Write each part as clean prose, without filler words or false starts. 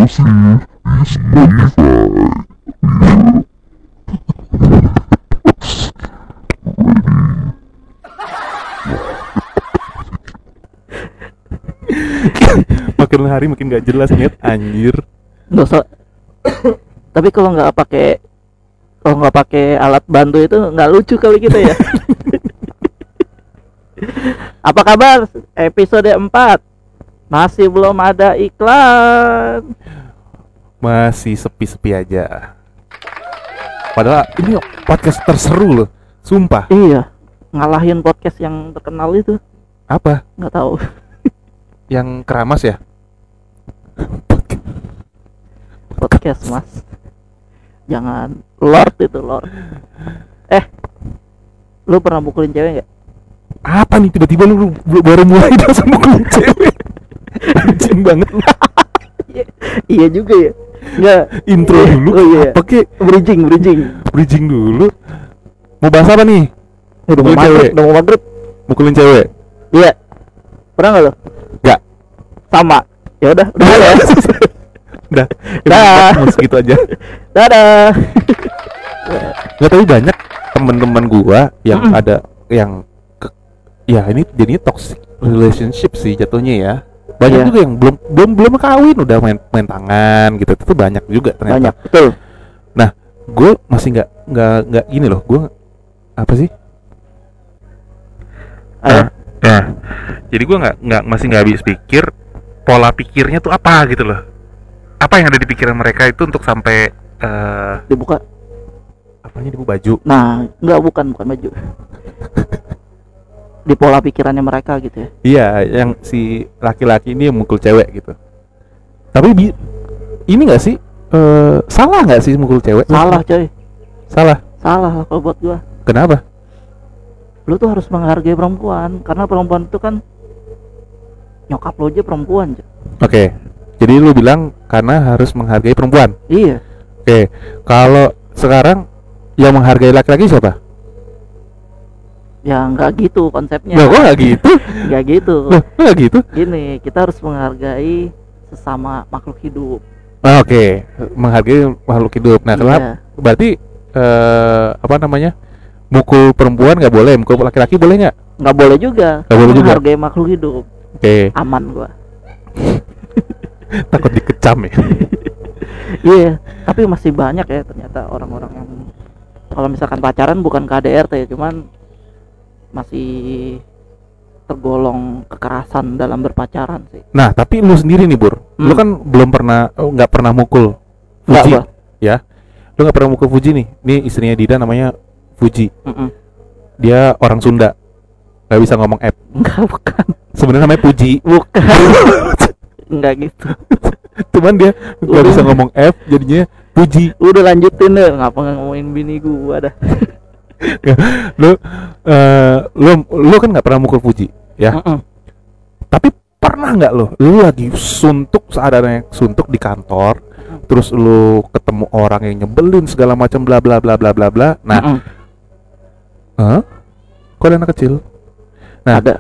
Makin hari makin gak jelas net anjir. Nggak usah. Tapi kalau nggak pakai alat bantu itu nggak lucu kali kita ya. Apa kabar? Episode 4 masih belum ada iklan. Masih sepi-sepi aja. Padahal ini podcast terseru loh, sumpah. Iya, ngalahin podcast yang terkenal itu. Apa? Nggak tahu. Yang keramas ya? Podcast mas. Jangan Lord itu Lord. Lu pernah mukulin cewek nggak? Apa nih tiba-tiba lu baru mulai langsung mukulin cewek? Anjing banget lu. Iya juga ya. Nggak. Intro dulu. Oh iya. Pakai bridging dulu. Mau bahas apa nih? Udah mau maghrib. Mukulin cewek. Iya. Pernah nggak lo? Nggak. Sama. Ya udah ya. Udah. Dah. Segitu aja. Dadah. Nggak tahu banyak teman-teman gua yang ada yang ya ini jadinya toxic relationship sih jatuhnya ya. Banyak juga yang belum kawin udah main tangan gitu. Itu banyak juga ternyata. Banyak, betul. Nah, gue masih nggak gini loh. Gue apa sih? Jadi gue masih nggak habis pikir pola pikirnya tuh apa gitu loh. Apa yang ada di pikiran mereka itu untuk sampai dibuka. Apanya dibuka baju? Nah, bukan baju. Di pola pikirannya mereka gitu ya. Iya, yang si laki-laki ini yang mukul cewek gitu. Tapi ini nggak sih salah nggak sih mukul cewek? Salah coy. Salah lah kalau buat gua. Kenapa? Lu tuh harus menghargai perempuan, karena perempuan itu kan nyokap lo aja perempuan. Oke. Jadi lu bilang karena harus menghargai perempuan. Iya. Oke. Kalau sekarang yang menghargai laki-laki siapa? Ya nggak gitu konsepnya. Loh, kok nggak gitu? Nggak gitu. Loh, nggak gitu? Gini, kita harus menghargai sesama makhluk hidup. Oke. Menghargai makhluk hidup. Nah, kenapa? Berarti apa namanya? Mukul perempuan nggak boleh, mukul laki-laki boleh nggak? Nggak boleh juga. Nggak boleh juga. Menghargai makhluk hidup. Oke. Aman gua. Takut dikecam ya. Iya, tapi masih banyak ya ternyata orang-orang yang kalau misalkan pacaran bukan KDRT, cuman masih tergolong kekerasan dalam berpacaran sih. Nah, tapi lu sendiri nih Bur, lu kan belum pernah nggak pernah mukul Fuji, ya? Lu nggak pernah mukul Fuji nih. Ini istrinya Dida namanya Fuji. Dia orang Sunda, nggak bisa ngomong F. Enggak, bukan. Sebenarnya namanya Puji. Bukan. Enggak gitu. Cuman dia nggak bisa ngomong F, jadinya Puji. Udah lanjutin deh, ngapa ngomongin bini gua dah. lu kan nggak pernah mukul Fuji ya. Tapi pernah nggak lu lagi suntuk, seadanya suntuk di kantor, terus lu ketemu orang yang nyebelin segala macam bla bla bla bla bla bla. Nah, kok ada anak kecil? Nah, ada.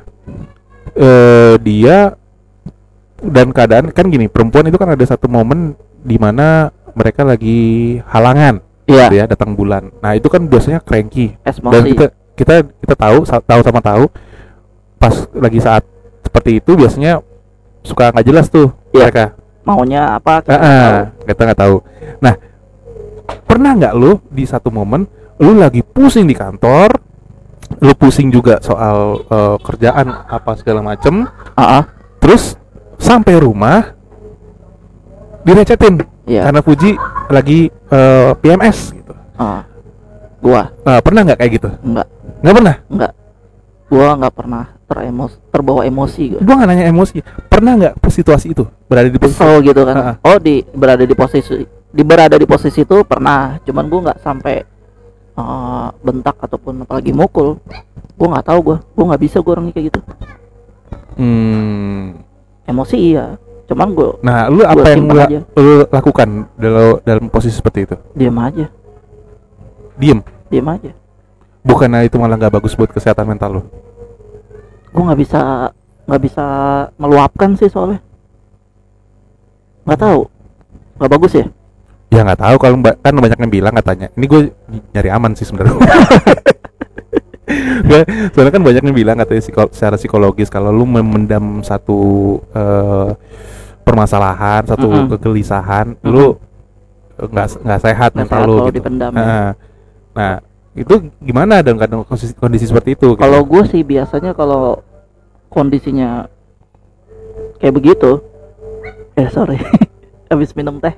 Dia dan keadaan kan gini, perempuan itu kan ada satu momen di mana mereka lagi halangan. Iya. Ya, datang bulan. Nah, itu kan biasanya cranky. Dan kita tahu sama tahu pas lagi saat seperti itu biasanya suka nggak jelas tuh mereka. Maunya apa? Kita nggak tahu. Nah, pernah nggak lu di satu momen lu lagi pusing di kantor, lu pusing juga soal kerjaan apa segala macem, terus sampai rumah direcetin karena Fuji lagi PMS gitu. Gua pernah nggak kayak gitu? Nggak pernah. Gua nggak pernah terbawa emosi. Gua nggak nanya emosi. Pernah nggak situasi itu berada di posisi gitu kan? Berada di posisi itu pernah. Cuman gua nggak sampai bentak ataupun apalagi mukul. Gua nggak tahu. Gua nggak bisa. Gua orangnya kayak gitu. Emosi iya. Cuman gue. Nah, lu apa yang lu lakukan dalam posisi seperti itu? Diam aja. Diam aja. Bukannya itu malah nggak bagus buat kesehatan mental lu? Gue nggak bisa meluapkan sih soalnya. Nggak tahu. Gak bagus ya? Ya nggak tahu, kalau kan banyak yang bilang katanya. Ini gue nyari aman sih sebenarnya. Soalnya kan banyak yang bilang katanya secara psikologis kalau lu memendam satu permasalahan, satu kegelisahan, lu nggak sehat mental lu gitu. Nah, itu gimana dengan kondisi seperti itu? Kalau gue sih biasanya kalau kondisinya kayak begitu, sorry, habis minum teh.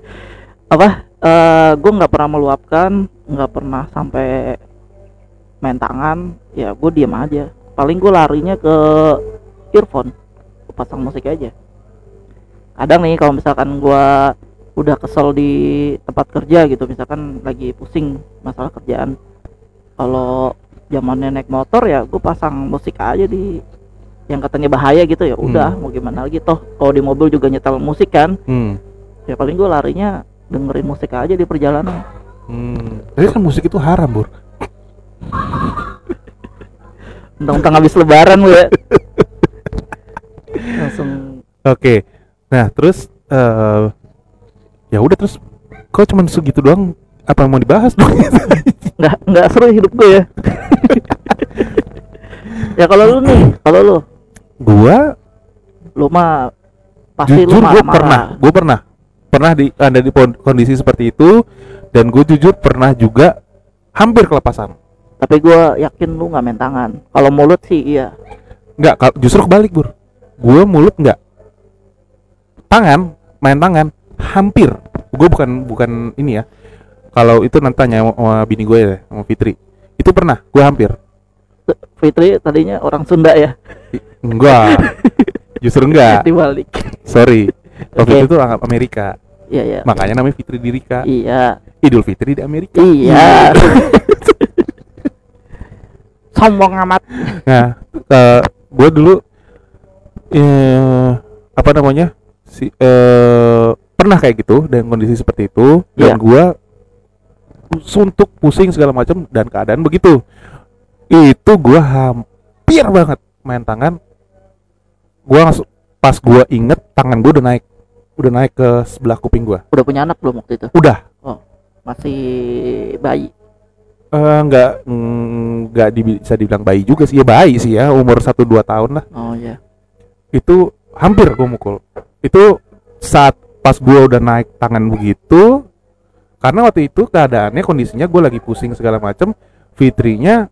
Gue nggak pernah meluapkan, nggak pernah sampai main tangan, ya gue diam aja. Paling gue larinya ke earphone, gue pasang musik aja. Kadang nih kalau misalkan gue udah kesel di tempat kerja gitu, misalkan lagi pusing masalah kerjaan, kalau zamannya naik motor ya gue pasang musik aja di yang katanya bahaya gitu, ya udah mau gimana lagi, toh kalau di mobil juga nyetel musik kan. Ya paling gue larinya dengerin musik aja di perjalanan. Tapi kan musik itu haram, Bur. Tentang habis lebaran gue langsung. Oke. Nah terus ya udah, terus kok cuman segitu doang, apa yang mau dibahas dong? nggak seru hidup gue ya. Ya kalau lu nih, lu mah pasti jujur, lu marah-marah. gue pernah ada di kondisi seperti itu, dan gue jujur pernah juga hampir kelepasan. Tapi gue yakin lu nggak main tangan. Kalau mulut sih iya. Nggak, justru kebalik, Bur. Gue mulut nggak, main tangan hampir. Gue bukan ini ya. Kalau itu nanti tanya sama bini gue ya, sama Fitri. Itu pernah, gue hampir. Fitri tadinya orang Sunda ya? Enggak. Justru enggak. Dibalik. Sorry. Waktu itu orang Amerika. Iya. Makanya namanya Fitri di Rika. Iya. Idul Fitri di Amerika. Iya. Sombong amat. Nah, gue dulu apa namanya? Pernah kayak gitu dan kondisi seperti itu, dan gue suntuk, pusing segala macam, dan keadaan begitu. Itu gue hampir banget main tangan. Gue langsung, pas gue inget tangan gue udah naik ke sebelah kuping gue. Udah punya anak belum waktu itu? Udah. Oh, masih bayi? Nggak bisa dibilang bayi juga sih, ya bayi sih ya, umur 1-2 tahun lah. Oh iya. Itu hampir gue mukul. Itu saat pas gue udah naik tangan begitu, karena waktu itu keadaannya, kondisinya gue lagi pusing segala macam. Fitrinya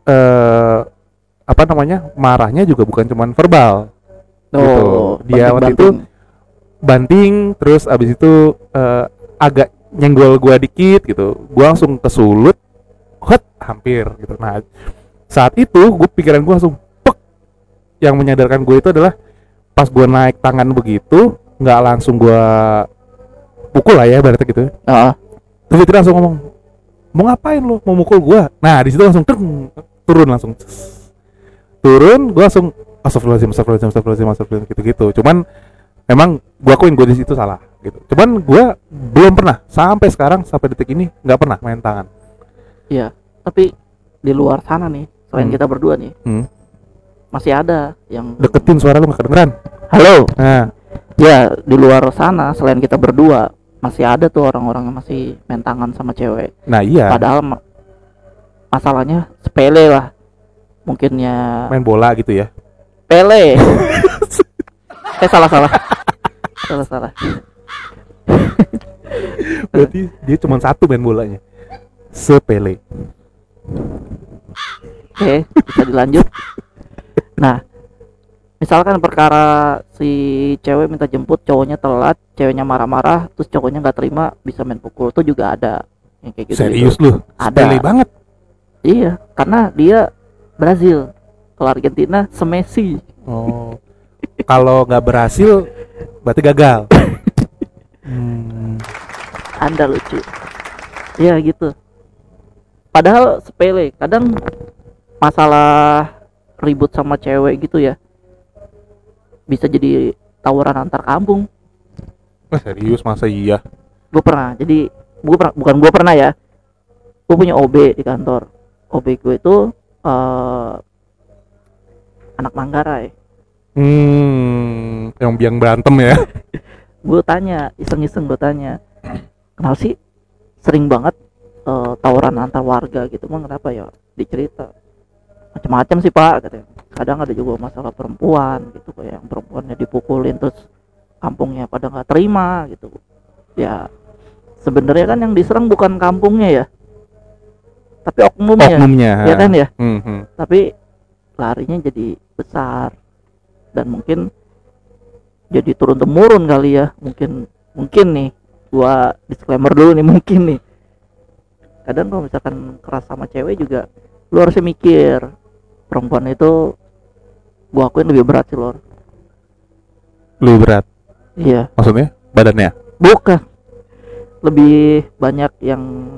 marahnya juga bukan cuman verbal. Gitu. Dia waktu itu banting, terus abis itu agak nyenggol gue dikit gitu. Gue langsung kesulut, hampir gitu. Nah saat itu pikiran gue langsung pek. Yang menyadarkan gue itu adalah pas gue naik tangan begitu, nggak langsung gue pukul lah ya berarti gitu. Terus Fitri langsung ngomong, mau ngapain lo, mau mukul gue? Nah di situ langsung turun, gue langsung astagfirullahaladzim gitu. Cuman memang gue akuin gue di situ salah gitu. Cuman gue belum pernah sampai sekarang, sampai detik ini nggak pernah main tangan. Iya, tapi di luar sana nih, selain kita berdua nih, masih ada yang deketin, suara lu nggak kedengeran. Halo. Nah, ya di luar sana selain kita berdua masih ada tuh orang-orang yang masih main tangan sama cewek. Nah iya. Padahal masalahnya sepele lah, mungkin ya main bola gitu ya. Pele. salah. Berarti dia cuma satu main bolanya. Sepele. Oke, bisa dilanjut. Nah, misalkan perkara si cewek minta jemput, cowoknya telat, ceweknya marah-marah, terus cowoknya nggak terima, bisa main pukul. Itu juga ada yang kayak gitu. Serius lu? Sepele banget. Iya, karena dia Brazil, kalau Argentina semesi. Oh, kalau nggak berhasil berarti gagal. Anda lucu. Ya gitu. Padahal sepele. Kadang masalah ribut sama cewek gitu ya, bisa jadi tawuran antar kampung. Serius, masa iya? Gue pernah. Jadi bukan gue pernah ya. Gue punya OB di kantor. OB gue itu anak Manggarai. Yang biang berantem ya. gue tanya iseng-iseng, gue tanya kenapa sih sering banget tawuran antar warga gitu, emang kenapa ya? Dicerita macam-macam sih pak katanya. Kadang ada juga masalah perempuan gitu, kayak yang perempuannya dipukulin terus kampungnya pada nggak terima gitu. Ya sebenarnya kan yang diserang bukan kampungnya ya, tapi oknumnya ya kan ya. Tapi larinya jadi besar dan mungkin jadi turun temurun kali ya, mungkin nih gua disclaimer dulu nih, mungkin nih kadang kalau misalkan keras sama cewek juga lu harusnya mikir, perempuan itu gua akuin lebih berat sih lor. Lebih berat? Iya. Maksudnya badannya? Bukan, lebih banyak yang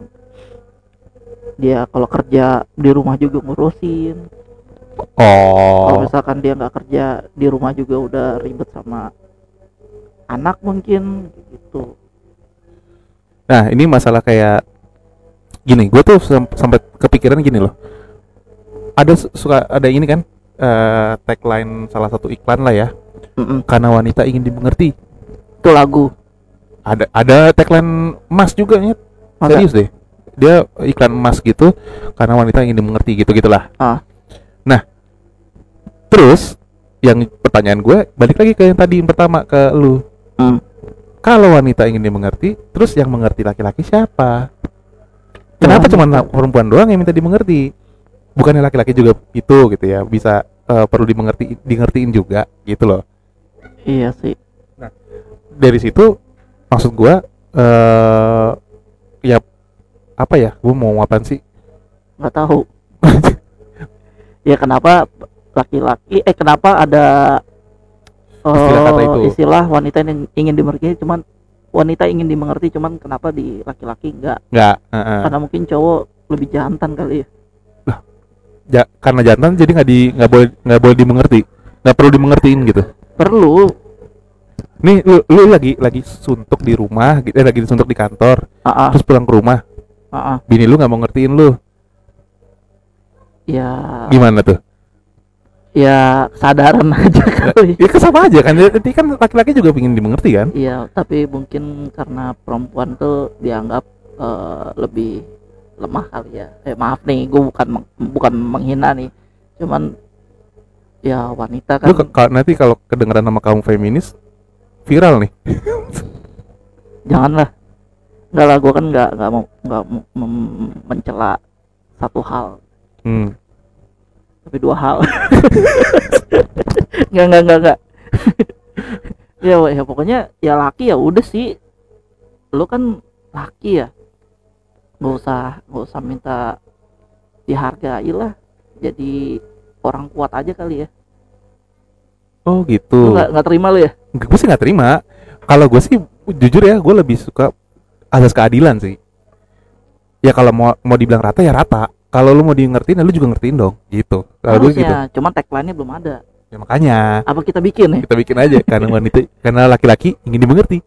dia kalau kerja di rumah juga ngurusin. Kalau misalkan dia nggak kerja di rumah juga udah ribet sama anak mungkin gitu. Nah ini masalah kayak gini, gue tuh sampai kepikiran gini loh. Suka ada ini kan tagline salah satu iklan lah ya. Karena wanita ingin dimengerti. Itu lagu. Ada tagline emas juga nih. Serius deh. Dia iklan emas gitu, karena wanita ingin dimengerti gitu-gitulah. Nah, terus yang pertanyaan gue balik lagi ke yang tadi yang pertama ke lu. Kalau wanita ingin dimengerti, terus yang mengerti laki-laki siapa? Kenapa cuma perempuan doang yang minta dimengerti? Bukannya laki-laki juga itu gitu ya, bisa perlu dimengertiin juga gitu loh. Iya sih. Nah, dari situ maksud gue ya apa ya? Gue mau apaan sih? Nggak tahu. Ya kenapa laki-laki kenapa ada istilah wanita yang ingin dimengerti, cuman wanita ingin dimengerti, cuman kenapa di laki-laki enggak? Karena mungkin cowok lebih jantan kali ya. Karena jantan jadi nggak boleh dimengerti, nggak perlu dimengertiin gitu. Perlu. Nih lu lagi suntuk di rumah, lagi suntuk di kantor, terus pulang ke rumah, bini lu nggak mau ngertiin lu. Ya. Gimana tuh? Ya kesadaran aja kali. Ya sama aja kan, jadi kan laki-laki juga pengen dimengerti kan? Iya, tapi mungkin karena perempuan tuh dianggap lebih lemah kali ya. Maaf nih, gue bukan menghina nih, cuman ya wanita kan. Nanti kalau kedengeran nama kamu feminis, viral nih. Janganlah. Enggak lah, gue kan nggak mau mencela satu hal. Tapi dua hal. Enggak. Ya pokoknya ya laki ya udah sih. Lu kan laki ya. Nggak usah minta dihargai lah. Jadi orang kuat aja kali ya. Oh gitu. Lu nggak terima lu ya? Gue sih nggak terima. Kalau gue sih jujur ya, gue lebih suka asas keadilan sih. Ya kalau mau dibilang rata ya rata. Kalau lu mau di ngertiin, lu juga ngertiin dong, gitu. Kalau gue gitu. Cuman tagline-nya belum ada. Ya makanya. Apa kita bikin ya? Kita bikin aja karena laki-laki ingin dimengerti.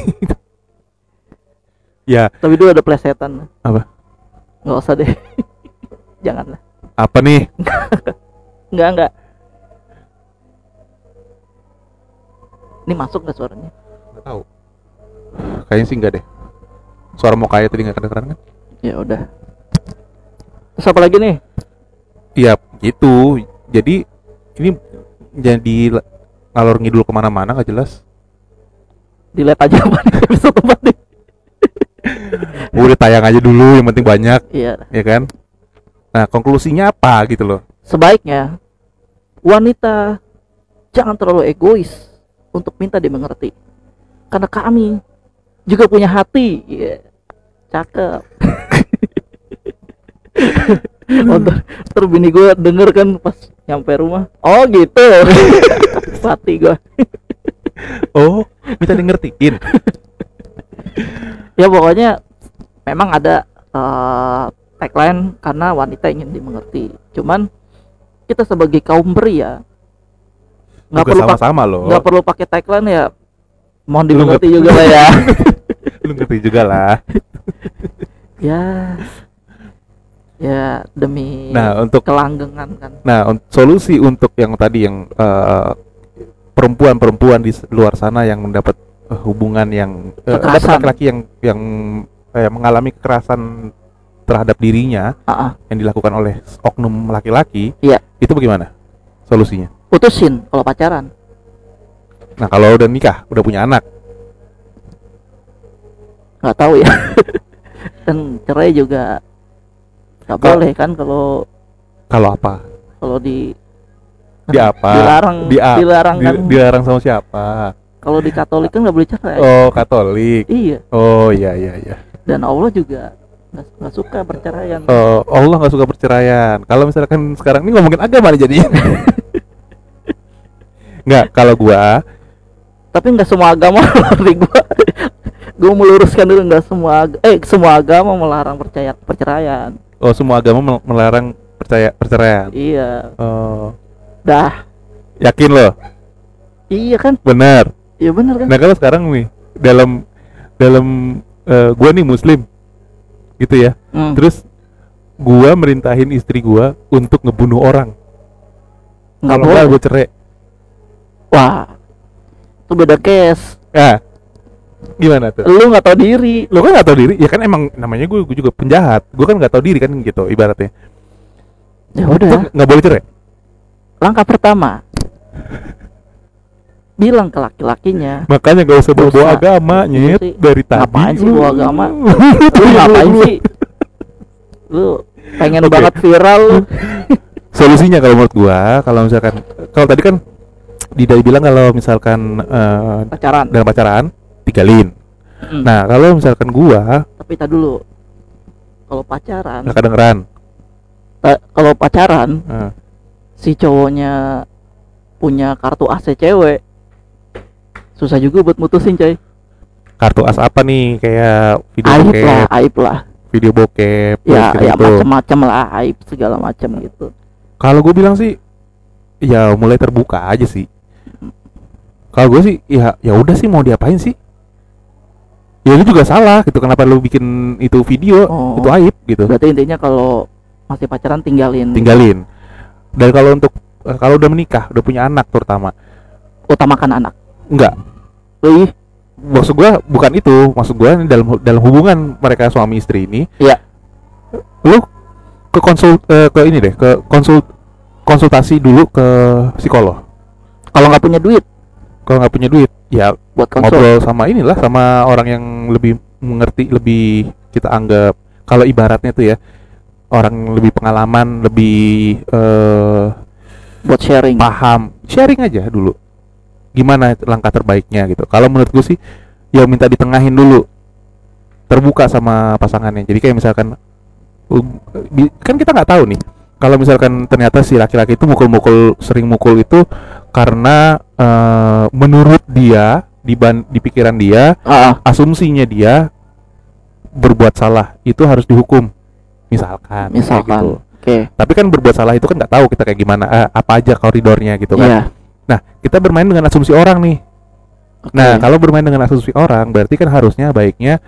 Ya. Tapi dulu ada plesetan. Apa? Nggak usah deh. Janganlah. Apa nih? Enggak. Ini masuk nggak suaranya? Nggak tahu. Kayaknya sih enggak deh. Suara mau kayak tadi nggak kedengeran kan? Ya udah. Terus apa lagi nih? Iya gitu. Jadi ini jadi ngalor ngidul kemana-mana nggak jelas. Dilihat aja apa nih episode tempat nih. Udah tayang aja dulu, yang penting banyak. Iya. Ya kan? Nah konklusinya apa gitu loh? Sebaiknya wanita jangan terlalu egois untuk minta dimengerti. Karena kami juga punya hati. Yeah. Cakep. Terus bini gue denger kan pas nyampe rumah. Oh gitu. Hati gue. Oh, minta di ngertiin. Ya pokoknya memang ada tagline karena wanita ingin dimengerti. Cuman kita sebagai kaum pria nggak perlu sama-sama loh. Nggak perlu pakai tagline ya. Mohon dimengerti juga lah ya. Lu ngerti juga lah. Ya demi untuk kelanggengan kan. Nah, solusi untuk yang tadi yang perempuan-perempuan di luar sana yang mendapat hubungan yang laki-laki yang mengalami kekerasan terhadap dirinya yang dilakukan oleh oknum laki-laki, itu bagaimana solusinya? Putusin kalau pacaran. Nah kalau udah nikah, udah punya anak, nggak tahu ya. Dan cerai juga nggak boleh kan kalau apa? Kalau di apa? Dilarang sama siapa? Kalau di Katolik kan nggak boleh cerai. Oh Katolik. Iya. Oh iya. Dan Allah juga nggak suka perceraian. Oh Allah nggak suka perceraian. Kalau misalkan sekarang ini ngomongin agama nih jadinya. Nggak, kalau gua. Tapi nggak semua agama gue meluruskan dulu, nggak semua agama melarang perceraian. Oh semua agama melarang perceraian. Iya. Oh. Dah. Yakin lo? Iya kan? Benar. Iya benar kan? Nah kalau sekarang nih dalam gua nih muslim gitu ya. Terus gua merintahin istri gua untuk ngebunuh orang. Nggak boleh. Kalau gua cerai. Wah, itu beda case. Gimana tuh? Lu nggak tahu diri. Lu kan nggak tahu diri. Ya kan emang namanya gue juga penjahat. Gue kan nggak tahu diri kan gitu ibaratnya. Ya udah. Nggak boleh cerai. Langkah pertama, bilang ke laki-lakinya. Makanya gak usah bawa agama nyet dari tadi. Ngapain sih bawa agama? Lu ngapain sih? Lu pengen banget viral. Solusinya kalau menurut gua, kalau misalkan tadi kan Dida bilang kalau misalkan dalam pacaran tinggalin. Nah kalau misalkan gua, tapi tak dulu, kalau pacaran nggak kedengeran. Kalau pacaran si cowoknya punya kartu AC cewek, susah juga buat mutusin coy. Kartu as apa nih? Kayak video bokep. Aib lah. Video bokep. Ya macam-macam lah, aib segala macam gitu. Kalau gue bilang sih, ya mulai terbuka aja sih. Kalau gue sih, ya udah sih mau diapain sih? Ya lu juga salah gitu. Kenapa lu bikin itu video? Itu aib gitu. Berarti intinya kalau masih pacaran tinggalin. Dan kalau udah menikah, udah punya anak terutama, utamakan anak. Enggak. Maksud gue bukan itu. Maksud gue dalam hubungan mereka suami istri ini. Iya. Lu ke konsultasi dulu ke psikolog. Kalau nggak punya duit, ya buat ngobrol sama sama orang yang lebih mengerti, lebih kita anggap kalau ibaratnya tuh ya orang lebih pengalaman, lebih buat sharing aja dulu. Gimana langkah terbaiknya gitu. Kalau menurut gue sih ya minta ditengahin dulu, terbuka sama pasangannya. Jadi kayak misalkan kan kita nggak tahu nih kalau misalkan ternyata si laki-laki itu sering mukul itu karena menurut dia di pikiran dia, asumsinya dia berbuat salah itu harus dihukum misalkan gitu. Tapi kan berbuat salah itu kan nggak tahu kita kayak gimana, apa aja koridornya gitu kan. Nah kita bermain dengan asumsi orang nih. Nah kalau bermain dengan asumsi orang berarti kan harusnya baiknya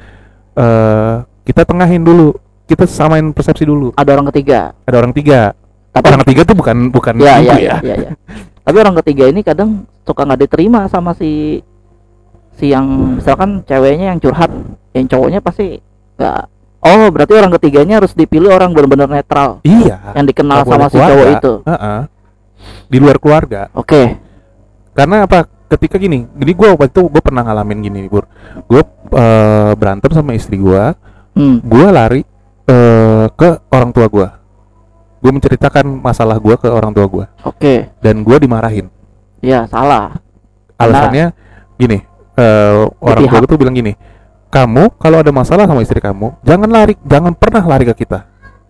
kita tengahin dulu, kita samain persepsi dulu. Ada orang ketiga. Tapi orang ketiga tuh bukan ya. Tapi orang ketiga ini kadang suka nggak diterima sama si yang misalkan ceweknya yang curhat, yang cowoknya pasti nggak. Oh berarti orang ketiganya harus dipilih orang benar-benar netral. Iya. Yang dikenal sama si cowok itu. Di luar keluarga. Oke. Karena apa? Ketika gini gue waktu itu gue pernah ngalamin gini nih, gue berantem sama istri gue, gue lari ke orang tua gue. Gue menceritakan masalah gue ke orang tua gue. Dan gue dimarahin. Ya salah. Alasannya gini, orang tua gue tuh bilang gini, kamu kalau ada masalah sama istri kamu, jangan pernah lari ke kita.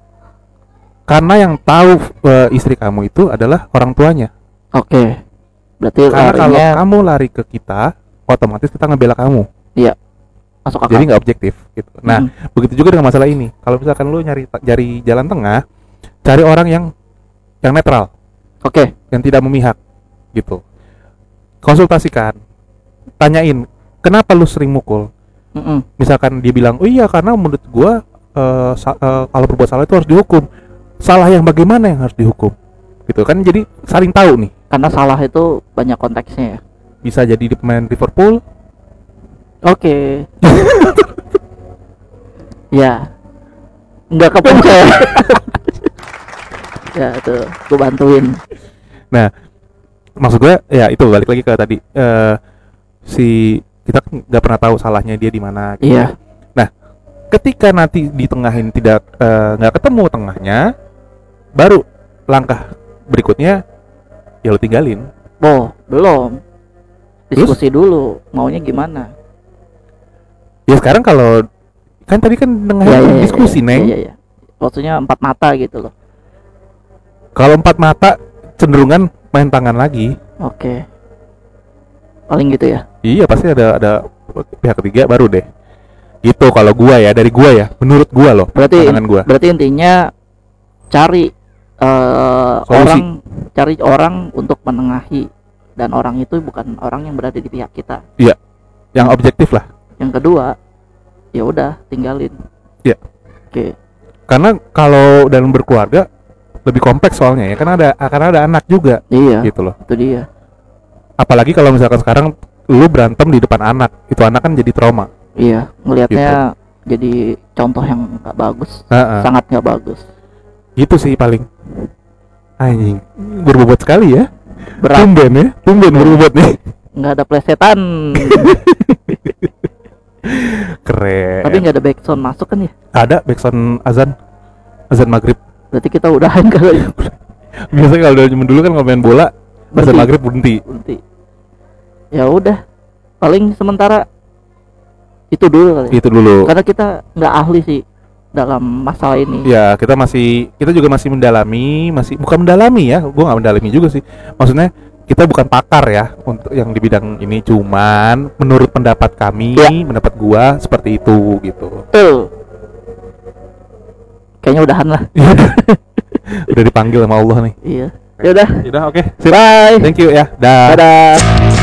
Karena yang tahu istri kamu itu adalah orang tuanya. Berarti karena kalau kamu lari ke kita, otomatis kita ngebela kamu. Iya. Masuk akal. Jadi nggak objektif gitu. Nah, begitu juga dengan masalah ini. Kalau misalkan lu cari jalan tengah, cari orang yang netral. Yang tidak memihak gitu. Konsultasikan. Tanyain, kenapa lu sering mukul? Misalkan dia bilang, "Oh iya, karena menurut gua kalau berbuat salah itu harus dihukum." Salah yang bagaimana yang harus dihukum? Gitu kan, jadi saling tahu nih. Karena salah itu banyak konteksnya ya. Bisa jadi di pemain Liverpool, Oke. Ya, nggak kepencet. Ya tuh, gue bantuin. Nah, maksud gue ya itu balik lagi ke tadi si kita nggak pernah tahu salahnya dia di mana. Gitu. Iya. Nah, ketika nanti di tengahin tidak nggak ketemu tengahnya, baru langkah berikutnya ya lo tinggalin. Oh, belum. Diskusi dulu, maunya gimana? Ya sekarang kalau kan tadi kan nengahin diskusi, Neng. Iya. Maksudnya 4 mata gitu loh. Kalau 4 mata cenderungan main tangan lagi. Oke. Paling gitu ya. Iya, pasti ada pihak ketiga baru deh. Gitu kalau gua ya, dari gua ya, menurut gua loh. Berarti intinya cari orang untuk menengahi, dan orang itu bukan orang yang berada di pihak kita. Iya. Yang objektif lah. Yang kedua, ya udah tinggalin. Iya. Oke. Karena kalau dalam berkeluarga lebih kompleks soalnya ya, karena ada anak juga. Iya. Gitu loh. Itu dia. Apalagi kalau misalkan sekarang lu berantem di depan anak, itu anak kan jadi trauma. Iya, ngelihatnya gitu. Jadi contoh yang nggak bagus, sangat nggak bagus. Gitu sih paling. Anjing, berbobot sekali ya. Tumben berbobot nih. Nggak ada plesetan. Keren. Tapi nggak ada backsound masuk kan ya? Ada backsound azan maghrib. Berarti kita udahan kali. Biasanya kalau dari zaman dulu kan kalau main bola azan maghrib berhenti. Ya udah, paling sementara itu dulu kali. Itu dulu. Karena kita nggak ahli sih dalam masalah ini. Ya kita juga masih bukan mendalami ya, gua nggak mendalami juga sih. Maksudnya kita bukan pakar ya untuk yang di bidang ini, cuman menurut pendapat kami, pendapat gua seperti itu gitu. Kayaknya udahan lah. Udah dipanggil sama Allah nih. Iya. Ya udah. Oke. Bye. Thank you ya. Dah. Dadah.